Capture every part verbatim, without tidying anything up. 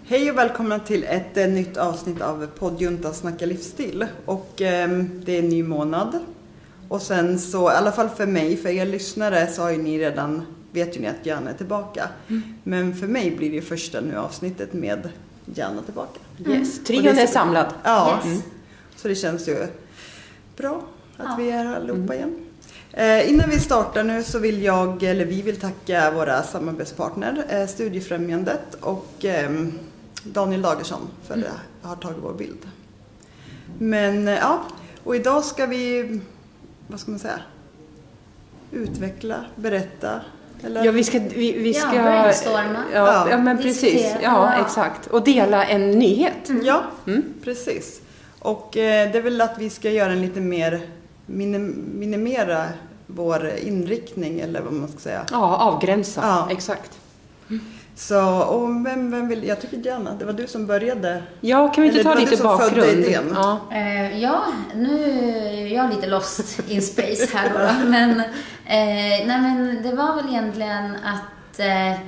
Hej och välkomna till ett eh, nytt avsnitt av poddjuntan Snacka livsstil. Och eh, det är en ny månad. Och sen så, i alla fall för mig, för er lyssnare så har ju ni redan, vet ju ni att Jan är tillbaka. Mm. Men för mig blir det första nu avsnittet med Jan tillbaka. Yes, trion är, är samlad. Ja, yes. mm. Så det känns ju bra att ja. vi är här allihopa mm. igen. Eh, innan vi startar nu så vill jag, eller vi vill tacka våra samarbetspartner, eh, Studiefrämjandet och eh, Daniel Dagersson för att mm. har tagit vår bild. Men eh, ja, och idag ska vi, vad ska man säga, utveckla, berätta. Eller? Ja, vi ska, vi, vi ska ja, brainstorma. Ja, ja, men precis. Ja, ja, exakt. Och dela en nyhet. Mm. Ja, mm. precis. Och eh, det är väl att vi ska göra en lite mer, minim, minimera vår inriktning eller vad man ska säga. Ja, avgränsa. Ja. Exakt. Mm. Så, och vem, vem vill, jag tycker gärna, det var du som började. Ja, kan vi inte eller ta lite bakgrund? Ja. Uh, ja, nu är jag lite lost in space här då. Men, uh, nej, men det var väl egentligen att uh,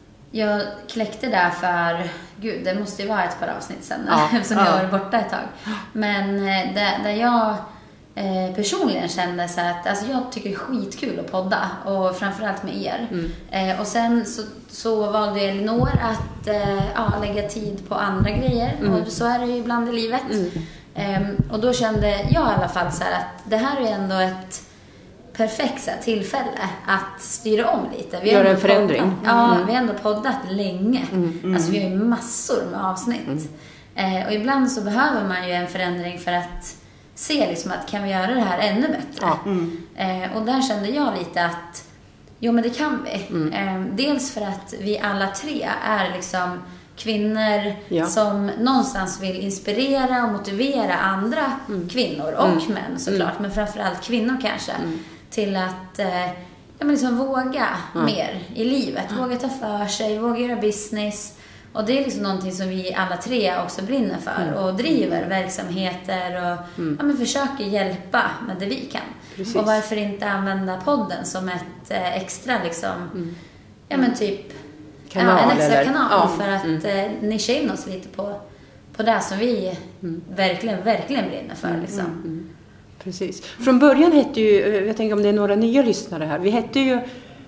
jag kläckte där för, gud, det måste ju vara ett par avsnitt sen ja. eftersom ja. jag var borta ett tag. Men uh, där, där jag Eh, personligen kände så att alltså jag tycker det är skitkul att podda och framförallt med er. Mm. Eh, och sen så, så valde Elinor att eh, ja, lägga tid på andra grejer mm. och så är det ju ibland i livet. Mm. Eh, och då kände jag i alla fall så här att det här är ändå ett perfekt så här, tillfälle att styra om lite. Vi har en förändring. Poddat, ja, mm. vi har ändå poddat länge. Mm. Mm. Alltså vi har ju massor med avsnitt. Mm. Eh, och ibland så behöver man ju en förändring för att se liksom att kan vi göra det här ännu bättre. Ja. Mm. Eh, och där kände jag lite att jo men det kan vi. Mm. Eh, dels för att vi alla tre är liksom kvinnor ja. som någonstans vill inspirera och motivera andra mm. kvinnor och mm. män såklart. Mm. Men framförallt kvinnor kanske. Mm. Till att eh, ja, men liksom våga mm. mer i livet. Mm. Våga ta för sig, våga göra business. Och det är liksom någonting som vi alla tre också brinner för mm. och driver verksamheter och mm. ja, men försöker hjälpa med det vi kan. Precis. Och varför inte använda podden som ett eh, extra liksom, mm. ja men typ kanal, ja, en extra eller? kanal Ja. för att mm. eh, nischa in oss lite på, på det som vi mm. verkligen, verkligen brinner för. Mm. Liksom. Mm. Mm. Precis. Från början hette ju, jag tänker om det är några nya lyssnare här, vi hette ju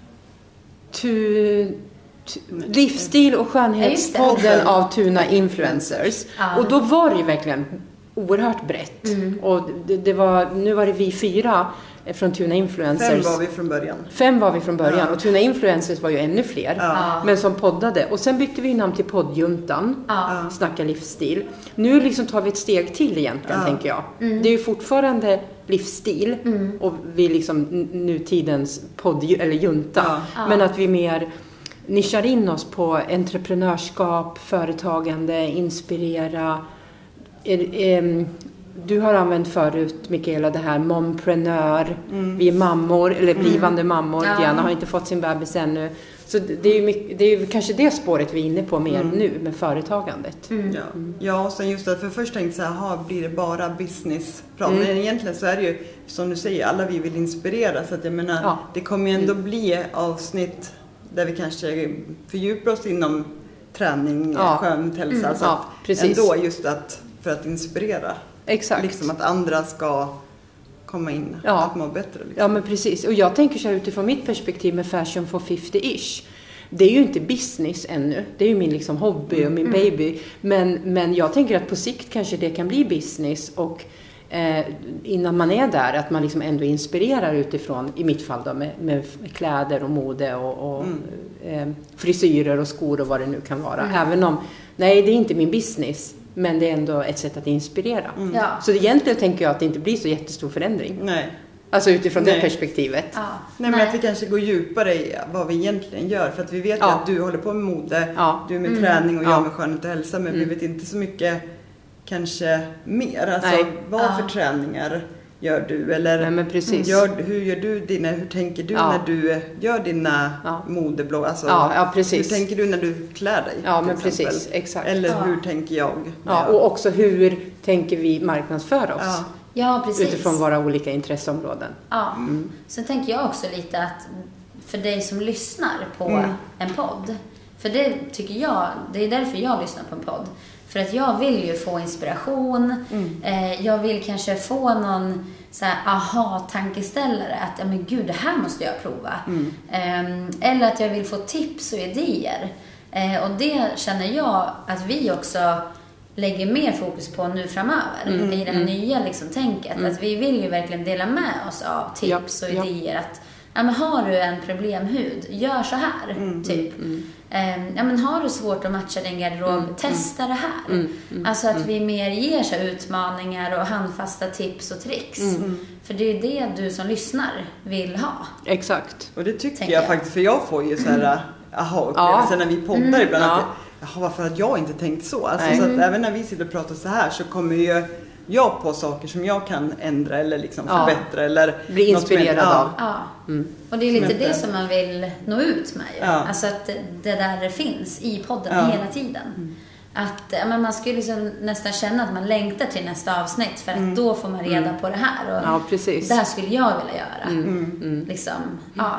tu... Livsstil och skönhetspodden ja, av Tuna Influencers. Ja. Och då var det ju verkligen oerhört brett. Mm. Och det, det var, nu var det vi fyra från Tuna Influencers. Fem var vi från början. Fem var vi från början. Ja. Och Tuna Influencers var ju ännu fler. Ja. Men som poddade. Och sen bytte vi namn till poddjuntan. Ja. Snacka livsstil. Nu liksom tar vi ett steg till egentligen, ja. tänker jag. Mm. Det är ju fortfarande livsstil. Mm. Och vi liksom nutidens podd, eller junta. Ja. Men att vi mer nischar in oss på entreprenörskap, företagande, inspirera. Du har använt förut, Mikaela, det här momprenör. Mm. Vi är mammor, eller blivande mm. mammor. Ja. Diana har inte fått sin bebis ännu. Så det är ju mycket, det är ju kanske det spåret vi är inne på mer mm. nu med företagandet. Mm. Ja. ja, och sen just att för först tänkte så här, aha, blir det bara businessprat? Mm. Men egentligen så är det ju, som du säger, alla vi vill inspirera. Så att jag menar, ja. det kommer ju ändå mm. bli avsnitt där vi kanske fördjupar oss inom träning, ja. skönhet, hälsa. Mm. Så ja, precis. Ändå just att, för att inspirera. Exakt. Liksom att andra ska komma in ja. att må bättre. Liksom. Ja, men precis. Och jag tänker så här utifrån mitt perspektiv med Fashion for fifty-ish. Det är ju inte business ännu. Det är ju min liksom hobby och min mm. baby. Men, men jag tänker att på sikt kanske det kan bli business. Och eh, innan man är där, att man liksom ändå inspirerar utifrån, i mitt fall då, med, med kläder och mode och, och mm. eh, frisyrer och skor och vad det nu kan vara. Mm. Även om, nej, det är inte min business. Men det är ändå ett sätt att inspirera. Mm. Ja. Så egentligen tänker jag att det inte blir så jättestor förändring. Nej. Alltså utifrån Nej. det perspektivet. Ja. Nej, men att vi kanske går djupare i vad vi egentligen gör. För att vi vet ja. ju att du håller på med mode, ja. du med mm. träning och jag ja. med skönhet och hälsa. Men mm. vi vet inte så mycket kanske mer. Alltså Nej. vad för ja. träningar gör du? Eller Nej, men precis. Gör, hur gör du dina, hur tänker du ja. när du gör dina ja. modeblogg? Alltså, ja, ja, precis. Hur tänker du när du klär dig? Ja, men exempel? precis. Exakt. Eller ja. hur tänker jag? Ja, och också hur tänker vi marknadsföra oss? Ja. Ja, precis. Utifrån våra olika intresseområden. Ja. Mm. Sen tänker jag också lite att för dig som lyssnar på mm. en podd, För det tycker jag, det är därför jag lyssnar på en podd. För att jag vill ju få inspiration. Mm. Eh, jag vill kanske få någon så här aha-tankeställare. Att ja, men gud, det här måste jag prova. Mm. Eh, eller att jag vill få tips och idéer. Eh, och det känner jag att vi också lägger mer fokus på nu framöver. Mm. I det här mm. nya liksom, tänket. Mm. Att vi vill ju verkligen dela med oss av tips ja. och idéer. Ja. Att ja, men har du en problemhud, gör så här, mm, typ. Mm, mm. Ja, men har du svårt att matcha din garderob, mm, testa det här. Mm, mm, alltså att mm. vi mer ger så utmaningar och handfasta tips och tricks. Mm. För det är det du som lyssnar vill ha. Exakt. Och det tycker jag, jag faktiskt, för jag får ju så här, aha-upplevelser ja. när vi poddar mm. ibland. Ja. Att, jaha, varför hade jag inte tänkt så? Alltså, så att även när vi sitter och pratar så här så kommer ju jag på saker som jag kan ändra eller liksom förbättra ja. eller bli inspirerad ja. av. Ja. Mm. Och det är lite det som man vill nå ut med. Ja. Alltså att det där finns i podden ja. hela tiden. Mm. Att ja, men man skulle liksom nästan känna att man längtar till nästa avsnitt för att mm. då får man reda mm. på det här. Och ja, precis. det här skulle jag vilja göra. Mm. Mm. Liksom, ja.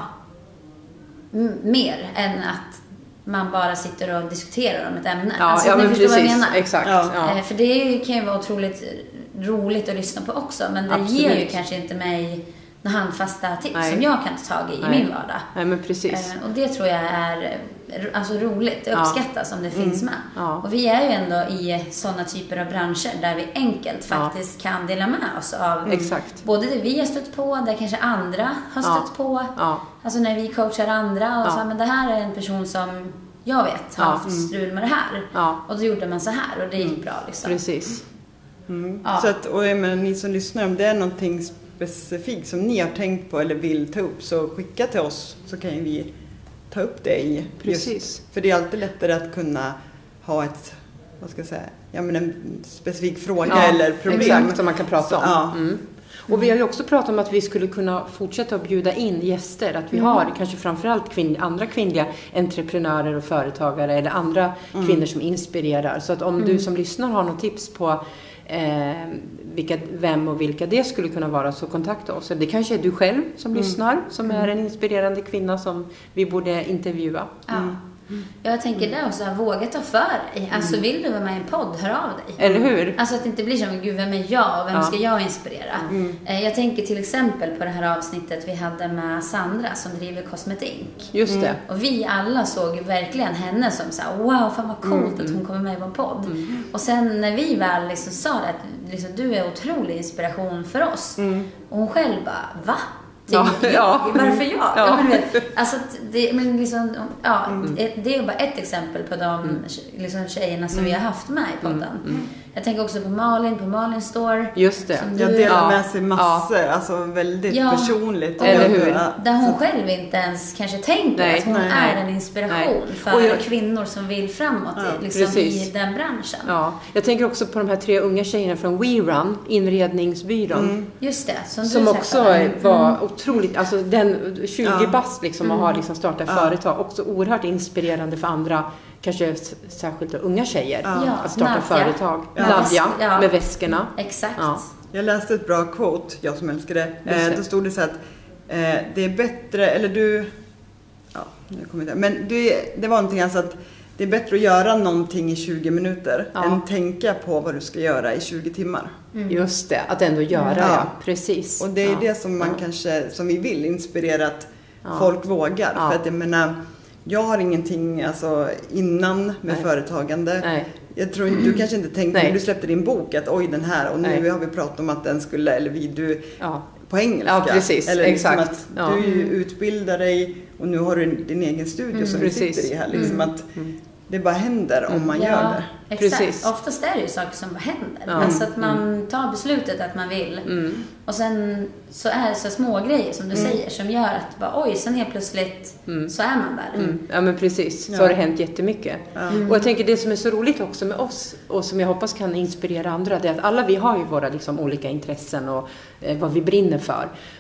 M- mer än att man bara sitter och diskuterar om ett ämne. Ja, alltså, ja men precis. Vad jag menar. Exakt. Ja. Ja. För det kan ju vara otroligt roligt att lyssna på också. Men det Absolut. ger ju kanske inte mig några handfasta tips Nej. som jag kan ta tag i Nej. i min vardag. Nej, men precis. Och det tror jag är alltså, roligt. Det uppskattas ja. om det mm. finns med. Ja. Och vi är ju ändå i sådana typer av branscher där vi enkelt faktiskt ja. kan dela med oss av Exakt. både det vi har stött på, där kanske andra har stött ja. på. Ja. Alltså när vi coachar andra och ja. så, men det här är en person som jag vet har ja. haft strul med det här. Ja. Och då gjorde man så här och det gick mm. bra liksom. Precis. Mm. Ja. Så att, och jag menar, ni som lyssnar, om det är någonting specifikt som ni har tänkt på eller vill ta upp, så skicka till oss så kan vi ta upp det i. Precis. Just, för det är alltid lättare att kunna ha ett, vad ska jag säga, ja, men en specifik fråga ja, eller problem. Exakt, som man kan prata om. Ja. Mm. Och vi har ju också pratat om att vi skulle kunna fortsätta att bjuda in gäster. Att vi mm. har kanske framförallt kvinn- andra kvinnliga entreprenörer och företagare eller andra mm. kvinnor som inspirerar. Så att om mm. du som lyssnar har något tips på eh, vilka, vem och vilka det skulle kunna vara, så kontakta oss. Det kanske är du själv som mm. lyssnar, som är en inspirerande kvinna som vi borde intervjua. Ja. Mm. Jag tänker där också, våga ta för dig. Alltså vill du vara med i en podd, hör av dig. Eller hur? Alltså att det inte blir som, gud vem är jag och vem ja. ska jag inspirera? Mm. Jag tänker till exempel på det här avsnittet vi hade med Sandra som driver Cosmetic. Just det. Mm. Och vi alla såg verkligen henne som så här, wow, fan vad coolt mm. att hon kommer med i vår podd. Mm. Och sen när vi väl liksom sa att liksom, du är otrolig inspiration för oss. Mm. Och hon själv bara, va? Ja, ja. Varför jag? Ja. Ja, men, vet, alltså, det, men liksom, ja, mm. det är bara ett exempel på de mm. liksom, tjejerna som mm. vi har haft med i podden. Mm. Mm. Jag tänker också på Malin, på Malin Store. Just det. Jag delar med sig massor, ja. alltså väldigt ja. personligt. Eller hur? Där hon själv inte ens kanske tänker nej, att hon nej, är en inspiration nej. för jag, kvinnor som vill framåt ja. liksom, i den branschen. Ja. Jag tänker också på de här tre unga tjejerna från WeRun, inredningsbyrån. Mm. Just det. Som, som också var mm. otroligt, alltså den tjugo ja. bast liksom och mm. har liksom startat ja. företag. Också oerhört inspirerande för andra, kanske särskilt unga tjejer ja. att starta Nadja. företag. Ja. Nadja ja. med väskorna. Exakt. Ja. Jag läste ett bra quote, jag som älskar det. Eh, då stod det så att eh, det är bättre, eller du, ja, jag kommer inte, men du, det var någonting alltså att det är bättre att göra någonting i tjugo minuter ja. än tänka på vad du ska göra i tjugo timmar. Mm. Just det, att ändå göra, mm. ja. Precis. Och det är ja. det som man ja. kanske, som vi vill inspirera att ja. folk vågar. Ja. För att jag menar, jag har ingenting alltså, innan med Nej. företagande. Nej. Jag tror du kanske inte tänkte när du släppte din bok att oj den här och nu Nej. har vi pratat om att den skulle, eller vi, du ja. på engelska. Ja, precis. Eller liksom exakt. att ja. du utbildar dig och nu har du din egen studio mm. som du sitter i här. Liksom mm. att det bara händer om man ja, gör det. Exakt. Precis. Oftast är det ju saker som bara händer. Ja. Alltså att man tar beslutet att man vill. Mm. Och sen så är det så små grejer som du mm. säger som gör att bara, oj, sen helt plötsligt mm. så är man där. Mm. Ja men precis, så ja. har det hänt jättemycket. Ja. Mm. Och jag tänker det som är så roligt också med oss och som jag hoppas kan inspirera andra, det är att alla vi har ju våra liksom olika intressen och eh, vad vi brinner för.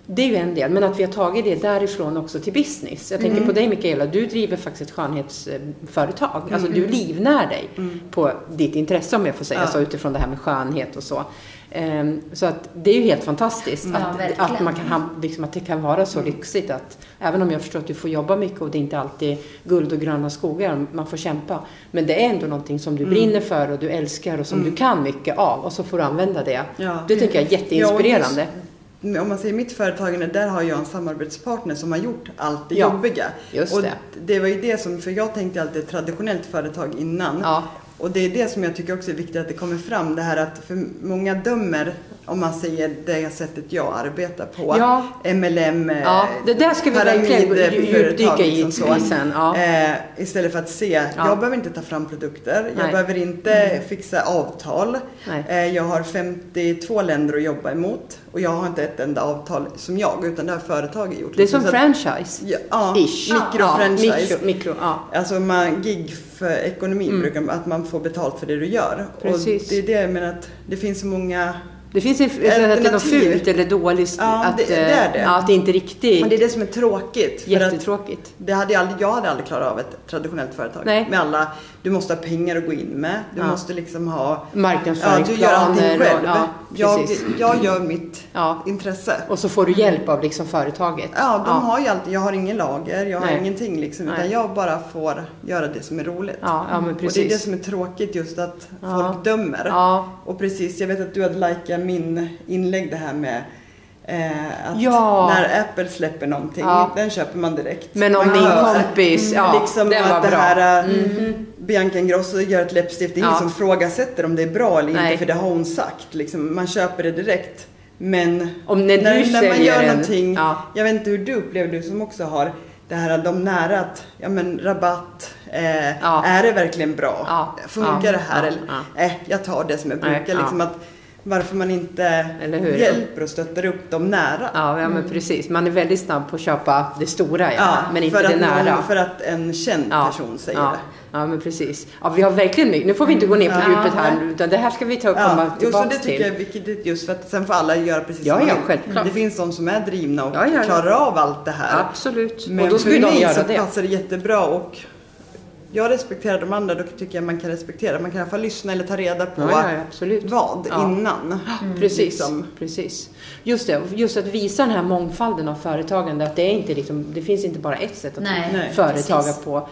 Det är ju en del, men att vi har tagit det därifrån också till business. Jag tänker mm. på dig Mikaela, du driver faktiskt ett skönhetsföretag. Mm. Alltså du livnär dig mm. på ditt intresse om jag får säga ja. så, utifrån det här med skönhet och så. Um, så att det är ju helt fantastiskt mm. att, ja, att, man kan, liksom, att det kan vara så mm. lyxigt att även om jag förstår att du får jobba mycket och det är inte alltid guld och gröna skogar, man får kämpa. Men det är ändå någonting som du mm. brinner för och du älskar och som mm. du kan mycket av och så får du använda det. Ja. Det tycker jag är jätteinspirerande. Ja, om man säger mitt företagande, där har jag en samarbetspartner som har gjort allt det ja, jobbiga. Just och det. det var ju det som, för jag tänkte alltid ett traditionellt företag innan. Ja. Och det är det som jag tycker också är viktigt att det kommer fram. Det här att för många dömer, om man säger det sättet jag arbetar på. Ja. M L M, ja, det där ska vi verkligen djupdyka i liksom sen. Ja. Eh, istället för att se, ja. jag behöver inte ta fram produkter. Jag Nej. behöver inte mm. fixa avtal. Eh, jag har femtiotvå länder att jobba emot. Och jag har inte ett enda avtal som jag, utan det har företaget gjort. Det är som så franchise? Ja, ja Ish. mikrofranchise. Ja, mikro, mikro, ja. Alltså man, gig för ekonomi mm. brukar att man får betalt för det du gör. Precis. Och det är det jag menar att det finns så många... Det finns en, att det är något fult eller dåligt. Ja, att, det, det är det. Ja, att det inte är riktigt. Men det är det som är tråkigt. Jättetråkigt. För det hade jag, aldrig, jag hade aldrig klarat av ett traditionellt företag. Nej. Med alla, du måste ha pengar att gå in med. Du ja. måste liksom ha... marknadsföringsplaner. Ja, du gör allting själv. Och, ja, jag, jag gör mitt ja. intresse. Och så får du hjälp av liksom företaget. Ja, de ja. har ju alltid, jag har ingen lager, jag har Nej. ingenting liksom. Utan jag bara får göra det som är roligt. Ja, ja, men precis. Och det är det som är tråkigt, just att ja. folk dömer. Ja. Och precis, jag vet att du hade likat min inlägg det här med eh, att ja. när Apple släpper någonting, ja. den köper man direkt. Men om man min hör, kompis, ja, liksom den var att det bra. här, mm. Bianca Ingrosso gör ett läppstift, det är ja. ingen som frågasätter om det är bra eller Nej. inte, för det har hon sagt. Liksom, man köper det direkt. Men om när, när, du när man gör en, någonting, ja. jag vet inte hur du upplever, du som också har det här att de nära att, ja men rabatt, eh, ja. är det verkligen bra? Ja. Funkar ja. det här? Ja. Eller, ja. eh, jag tar det som jag brukar. Nej. Liksom ja. att, varför man inte hjälper och stöttar upp dem nära. Ja, ja men mm. precis. Man är väldigt snabb på att köpa det stora, ja, ja men inte det nära. Någon, för att en känd ja. person säger ja. det. Ja, men precis. Ja, vi har verkligen mycket. Nu får vi inte gå ner på ja. djupet här, utan det här ska vi ta och komma ja. tillbaka till. Det tycker till. jag är viktigt, just för att sen får alla göra precis ja, som ja, man självklart. Det finns de som är drivna och ja, ja, ja. klarar av allt det här. Absolut. Men och då skulle för de mig göra så det. passar det jättebra, och jag respekterar de andra, då tycker jag man kan respektera. Man kan i alla fall lyssna eller ta reda på ja, ja, absolut. vad ja. innan. Mm. Precis, liksom. precis. Just det, just att visa den här mångfalden av företagande, att det är inte liksom, det finns inte bara ett sätt att Nej, företaga precis. på.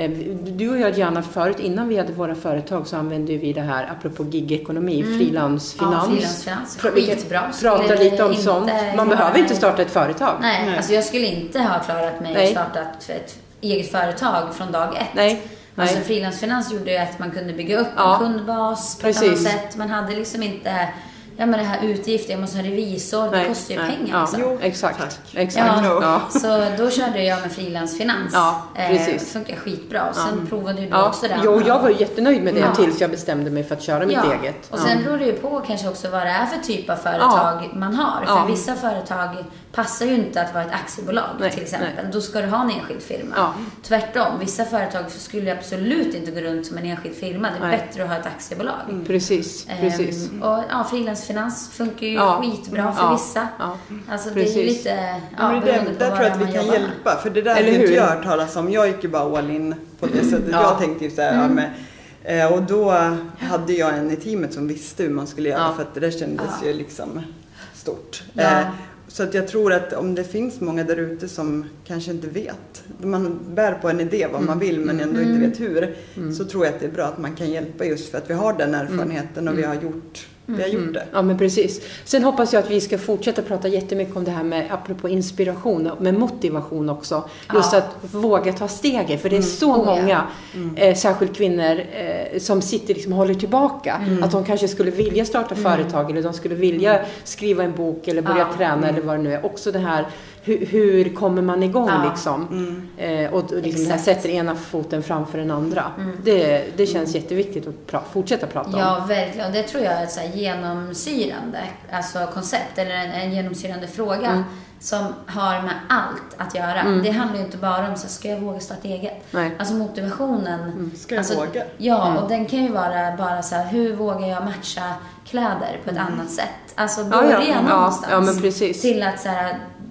Du och jag, Gianna, förut innan vi hade våra företag så använde vi det här, apropå gigekonomi, mm. frilansfinans. Ja, frilansfinans. Skitbra. Prata lite om sånt. Man behöver inte starta ett företag. Nej, Nej, alltså jag skulle inte ha klarat mig Nej. att starta ett, ett eget företag från dag ett. Nej. Alltså Nej. frilansfinans gjorde ju att man kunde bygga upp ja. en kundbas på Precis. ett annat sätt. Man hade liksom inte, ja men det här utgifter, jag måste ha revisor, Nej. det kostar ju Nej. pengar. Ja. Liksom. Jo, exakt. Tack. exakt. Ja, ja. Så då körde jag med frilansfinans. Ja, precis. Eh, det funkar skitbra. Sen ja. provade du ja. också det. Jo, jag var jättenöjd med det ja. tills jag bestämde mig för att köra mitt ja. eget. Och sen ja. beror det ju på kanske också vad det är för typ av företag ja. man har. För ja. vissa företag passar ju inte att vara ett aktiebolag nej, till exempel. Nej. Då ska du ha en enskild firma. Ja. Tvärtom, vissa företag skulle absolut inte gå runt som en enskild firma. Det är nej. bättre att ha ett aktiebolag. Mm. Precis, precis. Ehm, och ja, frilansfinans funkar ju ja. skitbra för ja. vissa. Ja. Alltså precis. det är ju lite, ja, ja, men det, beroende på där vad tror jag att vi kan jobbar hjälpa. För det där Eller har inte hur? jag hört talas om. Jag gick ju bara all in på det sättet. ja. Jag tänkte ju så här, mm. med, eh, och då hade jag en i teamet som visste hur man skulle göra. Ja. För att det där kändes ja. ju liksom stort. Ja. Eh, så att jag tror att om det finns många där ute som kanske inte vet. Man bär på en idé vad man vill men ändå mm. inte vet hur. Mm. Så tror jag att det är bra att man kan hjälpa just för att vi har den erfarenheten och vi har gjort Vi har gjort det. Ja, men precis. Sen hoppas jag att vi ska fortsätta prata jättemycket om det här med, apropå inspiration, med motivation också. Just ja. att våga ta steget. För det är mm. så oh, många, ja. mm. eh, särskilt kvinnor, eh, som sitter liksom och håller tillbaka. Mm. Att de kanske skulle vilja starta mm. företag, eller de skulle vilja skriva en bok eller börja ja. träna mm. eller vad det nu är. Också det här, hur, hur kommer man igång ja. liksom? Mm. Eh, och liksom här, sätter ena foten framför den andra. Mm. Det, det känns mm. jätteviktigt att pra- fortsätta prata om. Ja, verkligen. Det tror jag är ett så här genomsyrande alltså koncept eller en, en genomsyrande fråga mm. som har med allt att göra. Mm. Det handlar ju inte bara om så ska jag våga starta eget. Nej. Alltså motivationen. Mm. Ska jag alltså, våga? Ja, mm. och den kan ju vara bara så här, hur vågar jag matcha kläder på ett mm. annat sätt? Alltså börja ja, ja. någonstans. Ja, ja, men precis. Till att så här,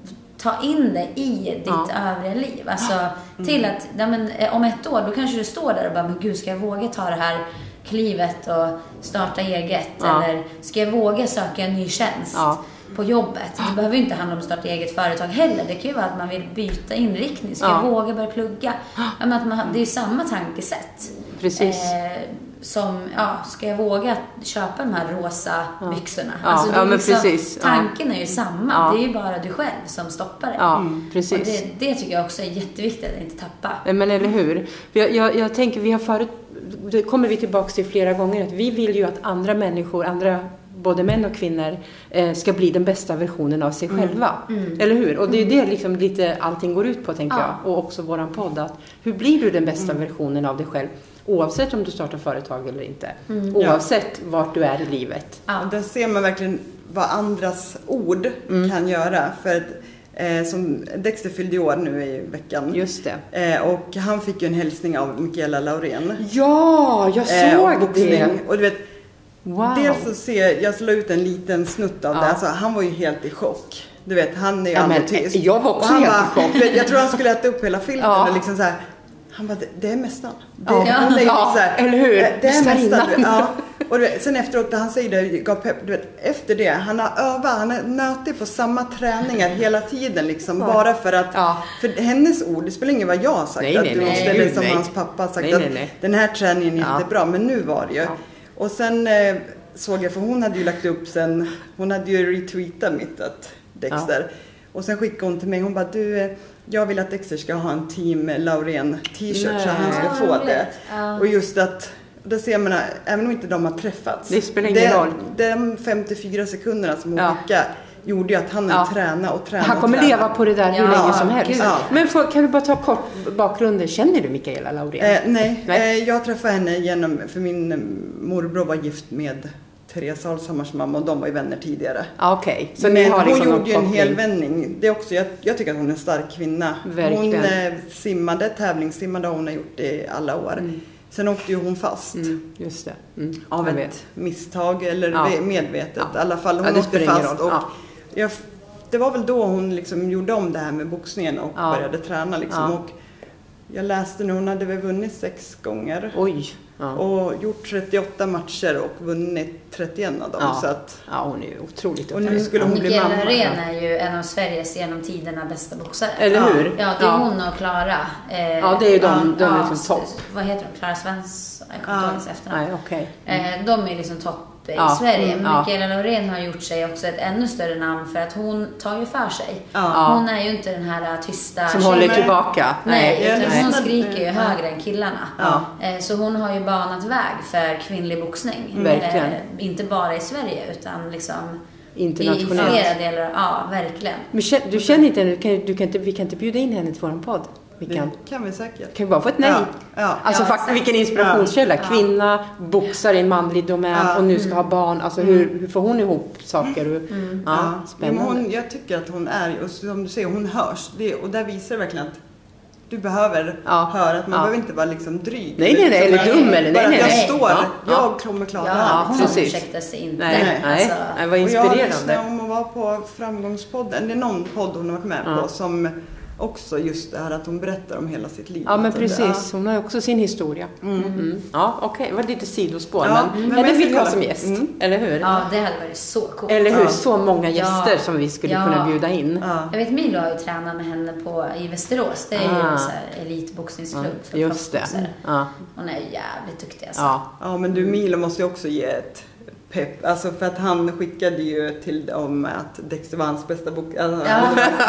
ta in det i ditt ja. övriga liv. Alltså mm. till att ja, men, om ett år då kanske du står där och bara, men gud, ska jag våga ta det här klivet och starta eget? Ja. Eller ska jag våga söka en ny tjänst ja. på jobbet? Det behöver ju inte handla om att starta eget företag heller. Det kan ju vara att man vill byta inriktning. Ska ja. jag våga börja plugga? Ja, men att man, det är ju samma tankesätt. Precis. Eh, som, ja, ska jag våga köpa de här rosa ja. byxorna? Ja, alltså, ja, men liksom, precis. tanken är ju samma. Ja. Det är ju bara du själv som stoppar det. Ja, mm, precis. Och det, det tycker jag också är jätteviktigt att inte tappa. Men eller hur? Jag, jag, jag tänker, vi har förut, det kommer vi tillbaka till flera gånger, att vi vill ju att andra människor, andra både män och kvinnor eh, ska bli den bästa versionen av sig mm. själva. Mm. Eller hur? Och det är det liksom lite allting går ut på, tänker ja. jag. Och också våran podd. Att hur blir du den bästa mm. versionen av dig själv? Oavsett om du startar företag eller inte. Mm. Oavsett ja. vart du är i livet. Ja. Där ser man verkligen vad andras ord mm. kan göra. För att, eh, som Dexter fyllde år nu i veckan. Just det. Eh, och han fick ju en hälsning av Mikaela Laurén. Ja, jag såg eh, och det. Och du vet, wow. dels så ser jag slår ut en liten snutt av ja. det. Alltså, han var ju helt i chock. Du vet, han är ju ja, aldrig tyst. Jag var också helt bara, i chock. Jag tror han skulle äta upp hela filmen ja. och liksom så här. Han bara, det, det är mästan. Det, ja, hon är ju ja. så här, eller hur? Det är mästan. Ja. Och du vet, sen efteråt, han säger det, gav pepp, du vet, efter det, han har övat, han är nötig på samma träningar hela tiden liksom, ja. bara för att, ja. för hennes ord, det spelar ingen vad jag har sagt, nej, att nej, du måste, nej, eller som nej. hans pappa har sagt, nej, nej, nej. att den här träningen är ja. jättebra, men nu var det ju. Ja. Och sen eh, såg jag, för hon hade ju lagt upp sen, hon hade ju retweetat mitt att Dexter, ja. och sen skickade hon till mig, hon bara, du, jag vill att Dexter ska ha en Team Laurén t-shirt så han ska få det. Ja. Och just att, då ser man, även om inte de har träffats. Det spelar ingen roll. De femtiofyra sekunderna som hon ja. skickade gjorde ju att han ja. tränade och tränade. Han kommer träna. leva på det där hur ja. länge som helst. Ja. Men för, kan du bara ta kort bakgrunden? Känner du Mikaela Laurén? Eh, nej, nej. Eh, jag träffade henne genom, för min morbror var gift med Therese Alshammars mamma och de var ju vänner tidigare. Ah, okej. Okay. Så men ni har liksom hon gjorde ju en hel vändning. Det är också, jag, jag tycker att hon är en stark kvinna. Verkligen. Hon eh, simmade, tävlingssimmade har hon har gjort i alla år. Mm. Sen åkte ju hon fast. Mm, just det. Mm. Av ett vet. misstag eller ja. medvetet. Ja. I alla fall, hon ja, åkte fast. Och ja. jag, det var väl då hon liksom gjorde om det här med boxningen och ja. började träna. Liksom. Ja. Och jag läste nu, hon hade väl vunnit sex gånger. Oj. Ja. Och gjort trettioåtta matcher och vunnit trettioen av dem. Ja, Så att, ja hon är ju otroligt. Och nu skulle hon bli mamma. Mikaela Laurén är ju en av Sveriges genom tiderna bästa boxare. Eller hur? Ja, det är ja. hon och Klara. Eh, ja, det är ju de, ja, de är ja, liksom topp. Vad heter de? Klara Svensson? Jag kommer inte ihåg hennes efternamn. Nej, okej. Okay. Mm. Eh, de är liksom topp i ja. Sverige. Men ja. Mikaela Laurén har gjort sig också ett ännu större namn för att hon tar ju för sig. Ja. Hon är ju inte den här tysta som håller tillbaka. Nej, Nej. utan Nej. hon skriker ju högre än killarna. Ja. Eh, så hon har ju banat väg för kvinnlig boxning. Mm. Verkligen. Eh, inte bara i Sverige utan liksom internationellt. I flera delar. Ja, verkligen. Men du känner inte henne, du kan, du kan inte, vi kan inte bjuda in henne till vår podd. Vi kan, det kan vi säkert. Kan vi bara få ett nej? Ja. Ja. Alltså ja, faktiskt vilken inspirationskälla. Ja. Kvinna, boxar i en manlig domän ja. och nu ska mm. ha barn. Alltså hur, hur får hon ihop saker? Mm. Ja, ja. Spännande. Men hon, jag tycker att hon är, och som du säger, hon hörs. Det, och där visar det verkligen att du behöver ja. höra att man ja. behöver inte vara liksom dryg. Nej, nej, nej, eller dum eller nej, nej, jag nej. står, ja. jag kommer klara ja, ja, hon liksom. ursäktar sig inte. Nej, nej. Alltså. nej. Vad inspirerande. Och jag lyssnade om att vara på Framgångspodden. Det är någon podd hon har varit med ja. på som också just det här att hon berättar om hela sitt liv. Ja, men precis. Hon har också sin historia. Mm. Mm. Ja, okej. Okay. Det var lite sidospår, ja, men, men det vill vi ha som gäst. Mm. Eller hur? Ja, det hade varit så coolt. Eller hur? Ja. Så många gäster ja. som vi skulle ja. kunna bjuda in. Ja. Jag vet, Milo har ju tränat med henne på, i Västerås. Det är ah. ju en så här elitboxningsklubb ja. för just det. Ja. Hon är jävligt duktig alltså. Ja. ja, men du Milo måste ju också ge ett pepp. Alltså för att han skickade ju till dem att Dexter var hans bästa bok. Alltså, ja.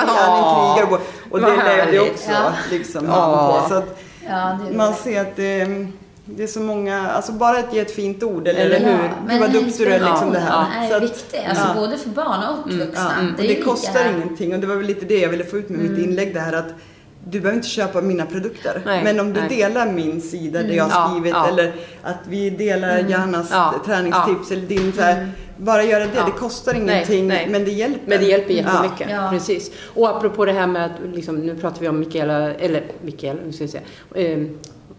Han krigar på. Och det levde också ja. liksom ja. på. Så att ja, det man det. ser att det, det är så många, alltså bara att ge ett fint ord, eller, eller hur? Du var duktig du är liksom det här. Ja, är viktig, alltså ja. både för barn och vuxna. Mm. Det, och det kostar här. ingenting, och det var väl lite det jag ville få ut med mm. mitt inlägg, det här att du behöver inte köpa mina produkter. Nej, men om du nej. delar min sida där jag har skrivit ja, ja. eller att vi delar mm. Jannas ja, träningstips ja. eller din så här, mm. bara göra det, ja. det kostar ingenting nej, nej. men det hjälper. Men det hjälper jättemycket. Ja. Precis. Och apropå det här med att liksom, nu pratar vi om Mikaela eller Mikaela, nu ska jag säga. Um,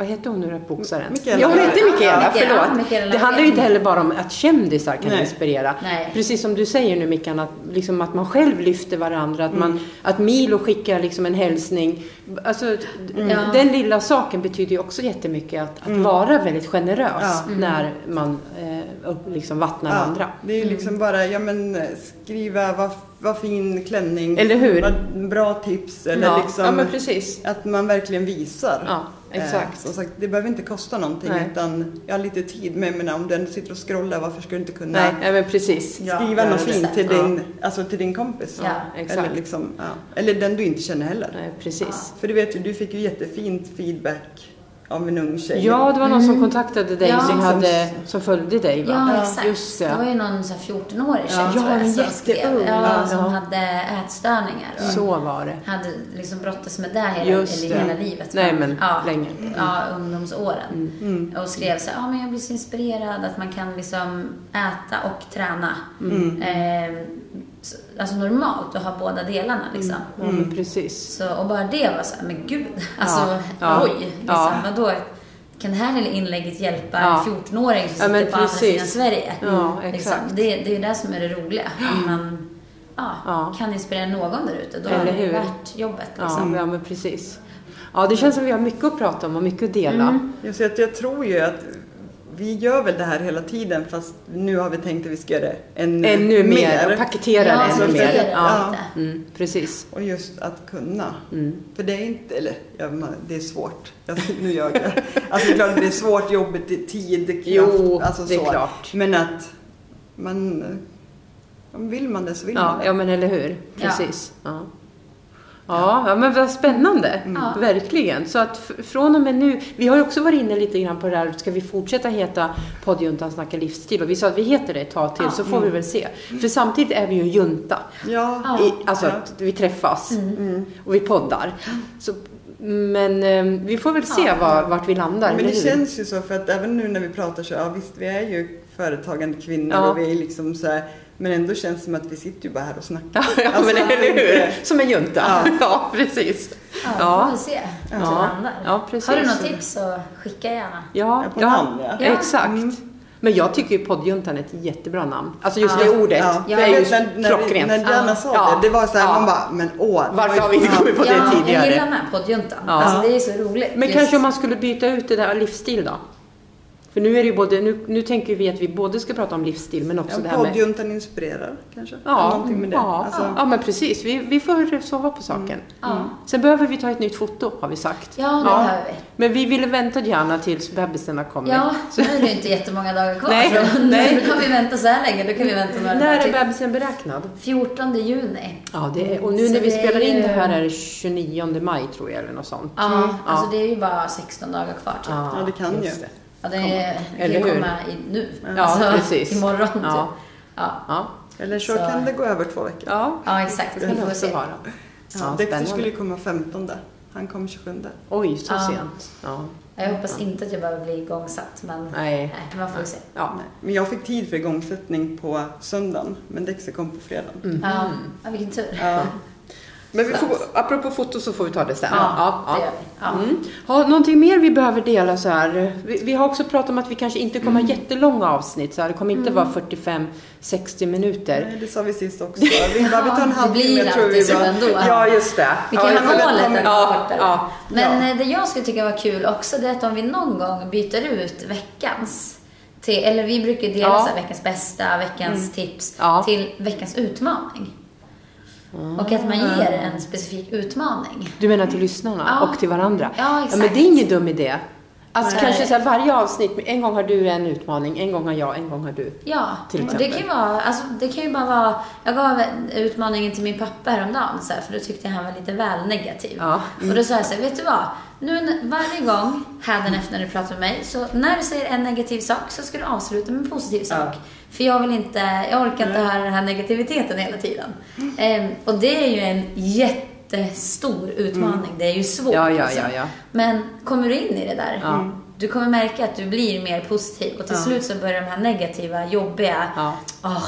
vad heter hon nu den boxaren? Mikaela. Ja, hon heter Mikaela, Ja, förlåt. ja, Mikaela. Det handlar ju inte heller bara om att kändisar kan Nej. inspirera. Nej. Precis som du säger nu, Mikael, att, liksom, att man själv lyfter varandra. Att, man, Mm. att Milo skickar liksom en hälsning. Alltså, Ja. den lilla saken betyder ju också jättemycket. Att, att Mm. vara väldigt generös Ja. när man eh, upp, liksom vattnar Ja, andra. det är ju liksom bara, ja men skriva vad, vad fin klänning. Eller hur? Vad bra tips. Eller Ja. liksom Ja, men precis. att man verkligen visar. Ja, exakt. Eh, som sagt, det behöver inte kosta någonting Nej. utan jag har lite tid med mig. Om du ändå sitter och scrollar, varför ska du inte kunna Nej, nej, men precis. skriva Ja, något det. fint till Ja. din, alltså till din kompis? Ja, exakt. Eller, liksom, ja. Eller den du inte känner heller. Nej, precis. För du vet ju, du fick ju jättefint feedback av en ung tjej. Ja, det var någon som kontaktade dig Ja. som, Liksom- hade, som följde dig, va? Ja, Ja, exakt. just det. det var ju någon så här fjorton-årig tjej, Ja, tror jag, en som jätteung. skrev, ja, Ja. som Ja. hade ätstörningar. Och Så var det. hade liksom brottats med det hela, Just eller det. hela livet. Nej, men ja, länge. Ja, ungdomsåren. Mm. Och skrev så här, ja men jag blir så inspirerad att man kan liksom äta och träna. Mm. Eh, så- alltså normalt och ha båda delarna liksom. Ja, men precis. Så, och bara det var så här, men gud, alltså Ja, ja, oj, liksom, ja. vadå? Kan det här lilla inlägget hjälpa Ja. en fjorton-åring som Ja, men sitter på andra precis. sidan Sverige? Ja, Liksom, exakt. det, det är ju det som är det roliga. Att man ja, Ja. kan inspirera någon där ute. Då Eller är det hur? värt jobbet. Ja, Liksom. ja, men precis. Ja, det känns som vi har mycket att prata om och mycket att dela. Mm. Jag, så att jag tror ju att vi gör väl det här hela tiden fast nu har vi tänkt att vi ska göra det ännu, Ännu mer, och paketera Ja, det ännu så mer. paketera det Ja. lite. Mm, precis. Och just att kunna. Mm. För det är inte, eller ja, man- det är svårt. Alltså, nu gör jag det. Alltså det är klart det är svårt, jobbigt, tid, kraft. Jo, alltså, det är så. klart. Men att man, om vill man det så vill Ja, man det. ja, men eller hur? Precis. Ja. Ja, ja, men vad spännande. Ja. Verkligen. Så att f- från och med nu, vi har ju också varit inne lite grann på det här, ska vi fortsätta heta poddjuntan snackar livsstil? Och vi sa att vi heter det ett tag till, Ja. så får vi väl se. För samtidigt är vi ju en junta. Ja, Ja. I, alltså Ja. att vi träffas Mm. och vi poddar. Så, men eh, vi får väl se Ja. var, vart vi landar. Men det eller hur? känns ju så för att även nu när vi pratar så, ja visst vi är ju företagande kvinnor Ja. och vi är liksom så här, men ändå känns det som att vi sitter ju bara här och snackar. Ja, ja Alltså, men eller det- hur? Som en junta. Ja, Ja. precis. Ja, Ja. får vi se hur det Ja. landar. Ja, precis. Har du något tips så skicka gärna. Ja, Ja, på ja, namn, ja. Ja. exakt. Mm. Men jag tycker ju poddjuntan är ett jättebra namn. Alltså just Ja. det ordet. Ja, Det för är jag ju vet när, när, vi- klockrent. när Diana Ja. sa Ja. det, det var så här, Ja. man bara, men åh. det Varför var har ju- vi inte kommit på det Ja, jag tidigare? gillar med poddjuntan. Ja. Alltså, det är så roligt. Men Just- kanske om man skulle byta ut det där livsstil då? För nu är det ju både, nu, nu tänker vi att vi både ska prata om livsstil men också Ja, det här med... poddjuntan inspirerar kanske. Ja, Någonting med det. ja, Alltså, ja, men precis. Vi, vi får sova på saken. Ja, Sen behöver vi ta ett nytt foto, har vi sagt. ja det behöver vi. Men vi ville vänta gärna tills bebisarna kommer. Ja, Så, nu är det inte jättemånga dagar kvar. Nej, så nej. Nu kan vi vänta så här länge. Då kan vi vänta några när dagar är till. bebisen beräknad? fjortonde juni. Ja, det är, och nu Så när vi det är spelar in ju- det här är det tjugonionde maj tror jag eller något sånt. Ja, alltså Ja. det är ju bara sexton dagar kvar typ. Ja, Ja, det kan just ju. det. Ja, det är, det Eller kan ju hur? komma i, nu. Ja, Alltså, precis. Imorgon typ. Ja. Ja, Ja, eller så, Så- kan det gå över två veckor. ja. ja exakt. Det Vi kan får också se. vara. Ja, Ja, Dexter spännande. skulle ju komma femtonde. Han kom tjugosjunde. Oj, så Ja. sent. Ja. Jag hoppas inte att jag behöver bli igångsatt. Men Nej. nej, man får se. Ja. Nej. Men jag fick tid för igångsättning på söndagen. Men Dexter kom på fredagen. Mm. Ja, ja, vilken tur. Ja. Men vi får, apropå foto så får vi ta det sen. Ja, det gör vi. Ja. Mm. Har någonting mer vi behöver dela så här? Vi, vi har också pratat om att vi kanske inte kommer ha jättelånga avsnitt. Så här. Det kommer inte vara fyrtiofem sextio minuter. Nej, det sa vi sist också. Vi, bara, vi tar en Det halvtimme blir tror vi. alltid så Bara. ändå. Ja, just det. Vi kan ja, ha jag- målet att ja, kortare. ja. Men Ja. eh, det jag skulle tycka var kul också, det är att om vi någon gång byter ut veckans till, eller vi brukar dela Ja. så här, veckans bästa, veckans tips Ja. till veckans utmaning. Och att man ger en specifik utmaning. Du menar till lyssnarna Ja. och till varandra? Ja, exakt. men det är ingen dum idé. Alltså Nej. kanske så här, varje avsnitt, en gång har du en utmaning, en gång har jag, en gång har du. Ja, Till och det exempel. kan, ju vara, alltså, det kan ju bara vara... Jag gav utmaningen till min pappa häromdagen, så här, för då tyckte jag han var lite väl negativ. Ja. Och då sa jag så här, vet du vad? Nu n- varje gång, hädanefter när du pratar med mig, så när du säger en negativ sak så ska du avsluta med en positiv sak. Ja. För jag vill inte, jag orkar inte höra den här negativiteten hela tiden. Ehm, och det är ju en jättestor utmaning. Det är ju svårt. Ja, ja, alltså. ja, ja. Men kommer du in i det där, Ja. du kommer märka att du blir mer positiv. Och till Ja. slut så börjar de här negativa, jobbiga, Ja. åh,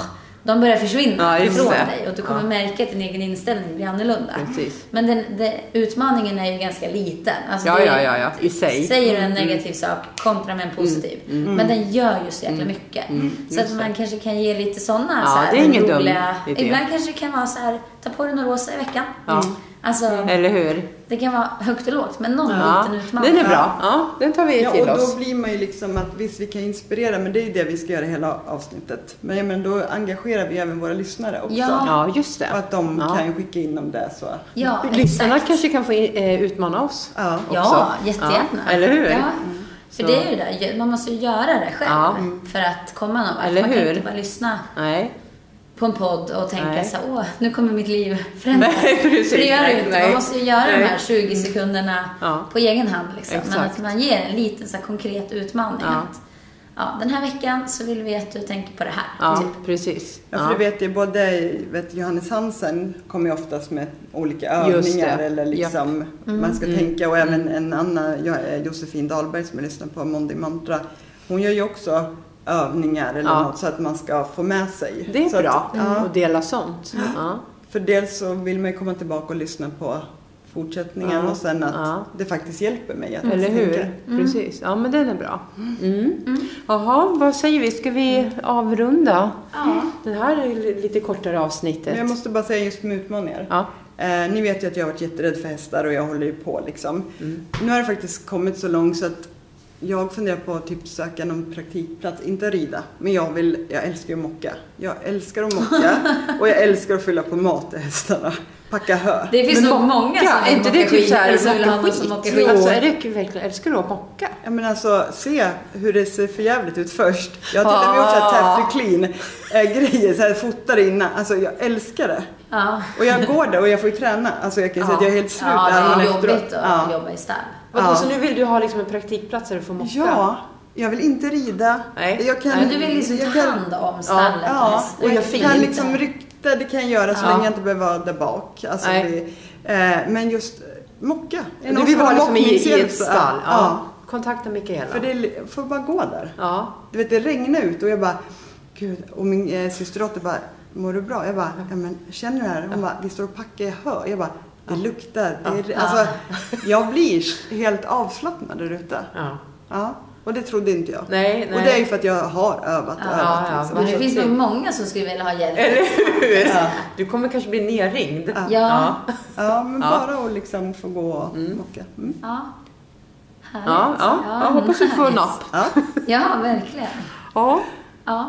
de börjar försvinna ja, ifrån det. dig och du kommer ja. märka att din egen inställning blir annorlunda. Precis. Men den, den, utmaningen är ju ganska liten. Alltså ja, det, ja, ja, ja, i sig. Säger du en mm. negativ sak kontra med en positiv. Mm. Mm. Men den gör ju så jäkla mm. mycket. Mm. Så att man kanske kan ge lite sådana ja, så här, det är ingen roliga... dum idé. Ibland kanske det kan vara så här, ta på dig något rosa i veckan. Ja. Alltså, eller hur? Det kan vara högt och lågt, men någon ja. liten utmaning. Den är bra. Ja, den tar vi ja, till och oss. då blir man ju liksom att visst vi kan inspirera, men det är ju det vi ska göra hela avsnittet. Men, ja, men då engagerar vi även våra lyssnare också. Ja, ja just det. Och att de ja. kan ju skicka in om det så. Ja, lyssnarna exakt. kanske kan få in, eh, utmana oss. Ja, också. Ja, jättegärna. Ja, eller hur? Ja. Mm. För det är ju det, man måste ju göra det själv ja. för att komma någon vart. Eller Man hur? kan inte bara lyssna Nej. på en podd och tänka Nej. så åh, nu kommer mitt liv förändras. Nej, precis. För det gör det ju inte. Nej. Man måste ju göra Nej. de här tjugo sekunderna ja. på egen hand. Liksom. Men Exakt. att man ger en liten så här, konkret utmaning. Ja. Att, ja, den här veckan så vill vi att du tänker på det här. Ja, Typ. precis. Ja, för ja. du vet ju, både vet, Johannes Hansen kommer ju oftast med olika Just övningar det. eller liksom Mm. man ska Mm. tänka, och även en annan, jag är Josefin Dahlberg som jag lyssnar på, Monday Mantra, hon gör ju också övningar eller Ja. något så att man ska få med sig. Det är så bra att, ja, att dela sånt. Ja. för dels så vill man ju komma tillbaka och lyssna på fortsättningen Ja. och sen att Ja. det faktiskt hjälper mig att Eller hur? tänka. Precis. Ja, men den är bra. Mm. Mm. Jaha, vad säger vi? Ska vi avrunda Ja. det här är li- lite kortare avsnittet? Men jag måste bara säga just med utmaningar. Ja. Eh, ni vet ju att jag har varit jätterädd för hästar och jag håller ju på liksom. Mm. Nu har det faktiskt kommit så långt så att jag funderar på att typ söka någon praktikplats, inte rida, men jag vill, jag älskar ju att mocka. Jag älskar att mocka och jag älskar att fylla på mat till hästarna, packa hö. Det finns Men nog mocka, många som är vill inte mocka det typ skit, så här, eller som vill ha mocka någon som skit? mockar skit. Alltså, är det verkligen, älskar du att mocka? Ja men alltså, se hur det ser för jävligt ut först. Jag har till och med gjort så här tap to clean äh, grejer, så här fotar innan. Alltså jag älskar det. Ja. Och jag går där och jag får ju träna. Alltså jag kan Ja. säga att jag är helt slut Ja, det där, är men jobbigt efteråt. att Ja. jobba i stall. Vadå, Ja. så nu vill du ha liksom en praktikplats där du får mocka? Ja, jag vill inte rida. Nej. Jag kan, Men du vill liksom jag ta kan- hand om stallet och Ja, hästen. och jag jag kan fint. liksom rykta, det kan jag göra så Ja. länge jag inte behöver vara där bak. Alltså, Nej. det, eh, men just mocka. Är Du någon vill som vara har liksom i, i mockningshjälp ett så- stall? Ja. Ja. Kontakta Mikaela. För det får bara gå där. Ja. Du vet, det regnar ut och jag bara, gud, och min eh, systerdotter bara, mår du bra? Jag bara, ja men känner du det här? Hon bara, vi står och packar i hö. Jag bara, det luktar. Det är, alltså, jag blir helt avslappnad där ute. Ja. Ja, och det trodde inte jag. Nej, nej. Och det är ju för att jag har övat och Ja, övat. ja, liksom. Men det Vad finns fint. nog många som skulle vilja ha hjälp. Eller hur? Ja. Du kommer kanske bli nerringd. Ja. Ja. Ja, men Ja. bara att liksom få gå och Mm. mocka. Mm. Ja. Härligt. Ja, ja. Jag hoppas du får nice. napp. Ja, Ja, verkligen. Ja. Ja.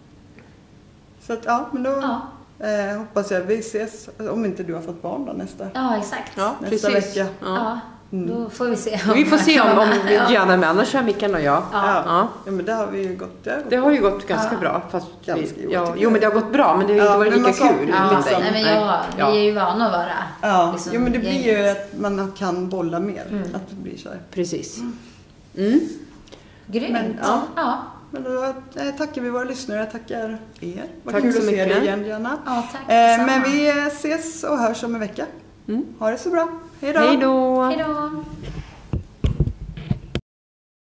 så att ja, men då Ja. eh, hoppas jag vi ses, om inte du har fått barn då nästa, Ja, exakt. Ja, nästa precis. vecka. Ja. Ja, då får vi se. Vi får se om, om vi Ja. gör det med. Annars kör Mikael och jag. Ja. Ja. Ja, men det har vi ju gått, det har gått. Det har ju gått ganska Ja. bra. Fast Ganska vi, bra, ja, tycker jo, jag. men det har gått bra. Men det har ju Ja, inte varit men lika man saknar kul. ju Ja, med liksom. dig. nej, men jag, Ja. vi är ju vana att vara Ja, liksom, jo, men det blir ju gänget. att man kan bolla mer. Mm. Att det blir så här. Precis. Mm. Grymt. Men, ja. Ja. Men då eh, tackar vi våra lyssnare, jag tackar er. Vad Tack kul så att se mycket. dig igen, Janna. Ja, tack. Eh, detsamma. men vi ses och hörs om en vecka. Mm. Ha det så bra. Hej då! Hej då! Hej då.